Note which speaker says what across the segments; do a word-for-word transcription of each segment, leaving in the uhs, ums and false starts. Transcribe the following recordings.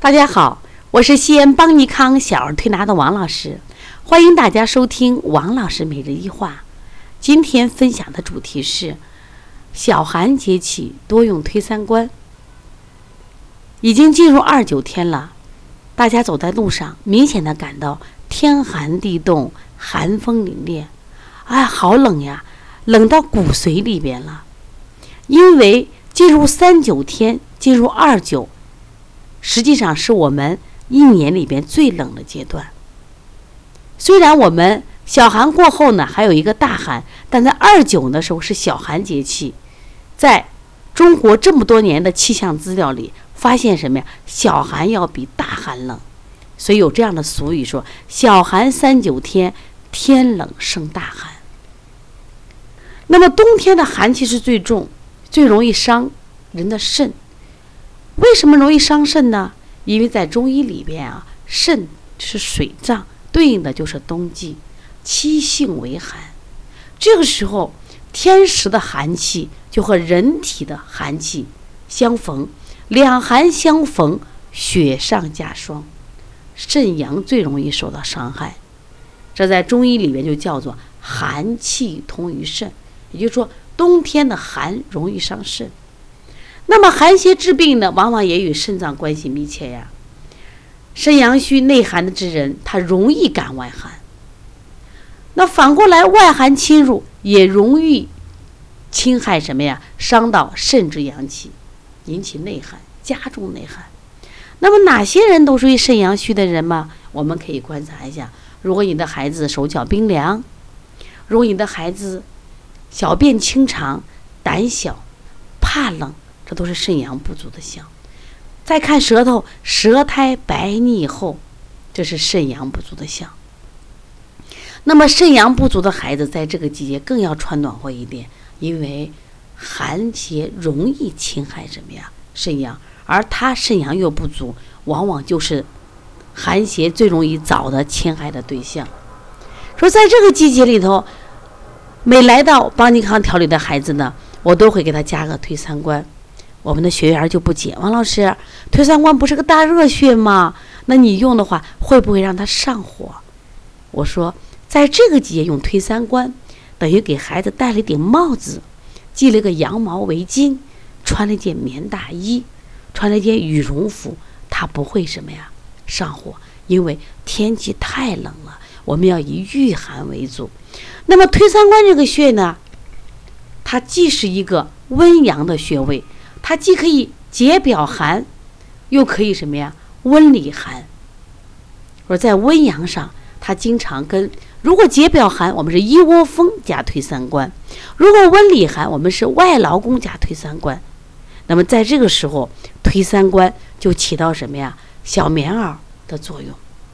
Speaker 1: 大家好，我是西安邦尼康小儿推拿的王老师，欢迎大家收听王老师每日一话。今天分享的主题是小寒节气多用推三关。已经进入二九天了，大家走在路上明显的感到天寒地冻，寒风凛冽，哎，好冷呀，冷到骨髓里边了。因为进入三九天，进入二九，实际上是我们一年里边最冷的阶段。虽然我们小寒过后呢还有一个大寒，但在二九的时候是小寒节气。在中国这么多年的气象资料里发现什么呀？小寒要比大寒冷，所以有这样的俗语说，小寒三九天，天冷胜大寒。那么冬天的寒气是最重，最容易伤人的肾。为什么容易伤肾呢？因为在中医里边啊，肾是水脏，对应的就是冬季，七性为寒。这个时候天时的寒气就和人体的寒气相逢，两寒相逢，雪上加霜，肾阳最容易受到伤害。这在中医里面就叫做寒气通于肾，也就是说冬天的寒容易伤肾。那么寒邪治病呢，往往也与肾脏关系密切呀。肾阳虚内寒的之人，他容易感外寒。那反过来，外寒侵入也容易侵害什么呀？伤到肾之阳气，引起内寒，加重内寒。那么哪些人都属于肾阳虚的人吗？我们可以观察一下。如果你的孩子手脚冰凉，如果你的孩子小便清长，胆小，怕冷，这都是肾阳不足的象。再看舌头，舌苔白腻厚，这是肾阳不足的象。那么肾阳不足的孩子在这个季节更要穿暖和一点，因为寒邪容易侵害什么呀？肾阳，而他肾阳又不足，往往就是寒邪最容易早的侵害的对象。说在这个季节里头，每来到邦尼康调理的孩子呢，我都会给他加个推三关。我们的学员就不解，王老师，推三关不是个大热穴吗？那你用的话会不会让他上火？我说在这个季节用推三关，等于给孩子戴了一顶帽子，系了个羊毛围巾，穿了一件棉大衣，穿了一件羽绒服，他不会什么呀上火，因为天气太冷了，我们要以御寒为主。那么推三关这个穴呢，它既是一个温阳的穴位，它既可以解表寒，又可以什么呀温里寒。而在温阳上，它经常跟，如果解表寒，我们是一窝蜂加推三关；如果温里寒，我们是外劳宫加推三关。那么在这个时候，推三关就起到什么呀小棉袄的作用，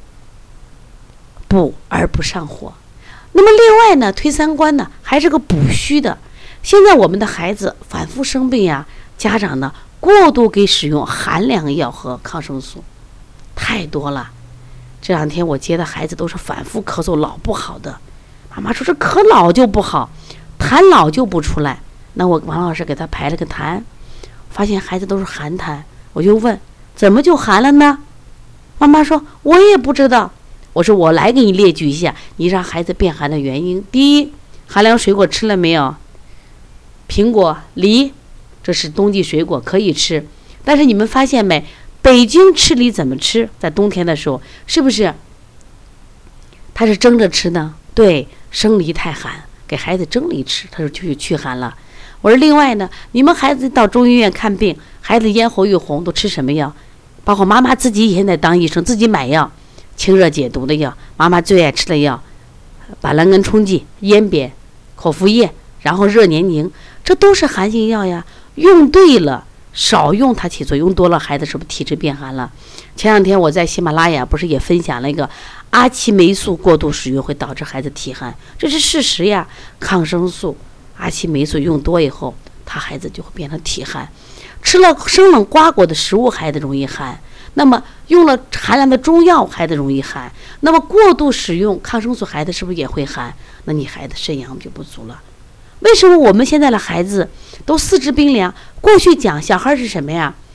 Speaker 1: 补而不上火。那么另外呢，推三关呢还是个补虚的。现在我们的孩子反复生病呀，家长呢过度给使用寒凉药和抗生素太多了。这两天我接的孩子都是反复咳嗽老不好的，妈妈说这咳老就不好，痰老就不出来。那我王老师给他排了个痰，发现孩子都是寒痰，我就问怎么就寒了呢？妈妈说我也不知道。我说我来给你列举一下你让孩子变寒的原因。第一，寒凉水果吃了没有？苹果、梨，这是冬季水果可以吃，但是你们发现没，北京吃梨怎么吃？在冬天的时候是不是他是蒸着吃呢？对，生梨太寒，给孩子蒸梨吃，他说就去寒了。我说另外呢，你们孩子到中医院看病，孩子咽喉欲红都吃什么药？包括妈妈自己现在当医生自己买药，清热解毒的药，妈妈最爱吃的药，板蓝根冲剂、咽扁、口服液，然后热黏凝，这都是寒性药呀。用对了，少用它起作用，用多了孩子是不是体质变寒了？前两天我在喜马拉雅不是也分享了一个阿奇霉素过度使用会导致孩子体寒，这是事实呀。抗生素、阿奇霉素用多以后，他孩子就会变成体寒。吃了生冷瓜果的食物，孩子容易寒。那么用了寒凉的中药，孩子容易寒。那么过度使用抗生素，孩子是不是也会寒？那你孩子肾阳就不足了。为什么我们现在的孩子都四肢冰凉？过去讲小孩是什么呀？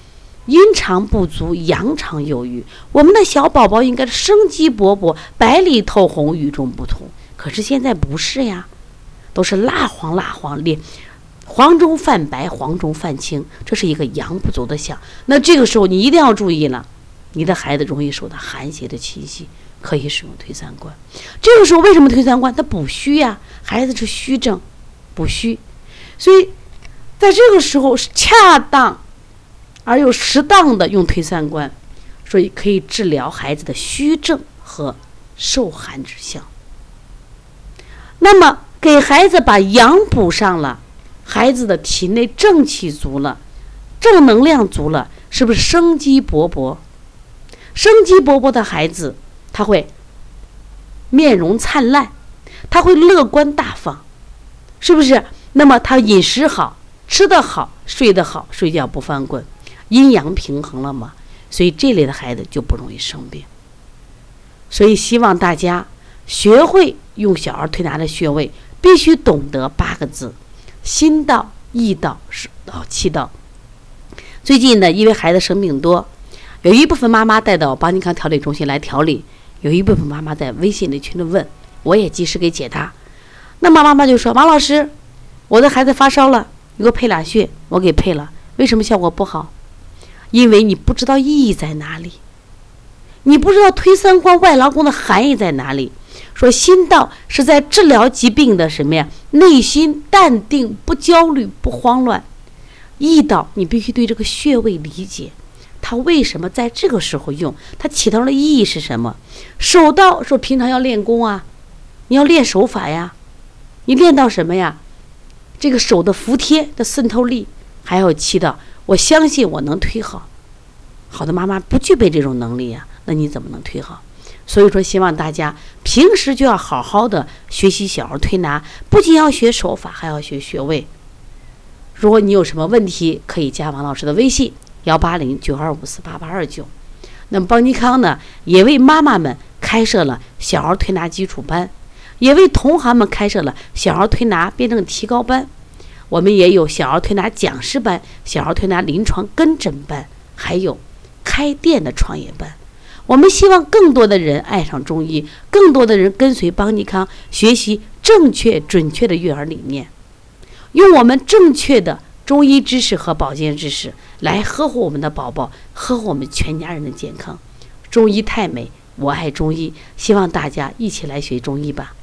Speaker 1: 阴常不足，阳常有余。我们的小宝宝应该是生机勃勃，白里透红，与众不同。可是现在不是呀，都是蜡黄蜡黄，脸黄中泛白，黄中泛青，这是一个阳不足的象。那这个时候你一定要注意了，你的孩子容易受到寒邪的侵袭，可以使用推三关。这个时候为什么推三关？它补虚呀，孩子是虚症，补虚，所以在这个时候是恰当而又适当的用推三关，所以可以治疗孩子的虚症和受寒之象。那么给孩子把阳补上了，孩子的体内正气足了，正能量足了，是不是生机勃勃？生机勃勃的孩子，他会面容灿烂，他会乐观大方，是不是？那么他饮食好，吃得好，睡得好，睡觉不翻滚，阴阳平衡了嘛？所以这类的孩子就不容易生病。所以希望大家学会用小儿推拿的穴位，必须懂得八个字：心道、意道、手道、气道。最近呢，因为孩子生病多，有一部分妈妈带到邦尼康调理中心来调理，有一部分妈妈在微信里群里问，我也及时给解答。那么妈妈就说：王老师，我的孩子发烧了，你给我配俩穴，我给配了，为什么效果不好？因为你不知道意义在哪里，你不知道推三关外劳宫的含义在哪里。说心道是在治疗疾病的什么呀？内心淡定，不焦虑，不慌乱。意道你必须对这个穴位理解，它为什么在这个时候用，它起到的意义是什么？手道说平常要练功啊，你要练手法呀，你练到什么呀？这个手的服帖的渗透力，还有气道，我相信我能推好。好的妈妈不具备这种能力呀，那你怎么能推好？所以说希望大家平时就要好好的学习小儿推拿，不仅要学手法，还要学穴位。如果你有什么问题，可以加王老师的微信幺八零九二五四八八二九。那么邦尼康呢，也为妈妈们开设了小儿推拿基础班，也为同行们开设了小儿推拿辩证提高班。我们也有小儿推拿讲师班、小儿推拿临床跟诊班，还有开店的创业班。我们希望更多的人爱上中医，更多的人跟随邦尼康学习正确准确的育儿理念，用我们正确的中医知识和保健知识来呵护我们的宝宝，呵护我们全家人的健康。中医太美，我爱中医，希望大家一起来学中医吧。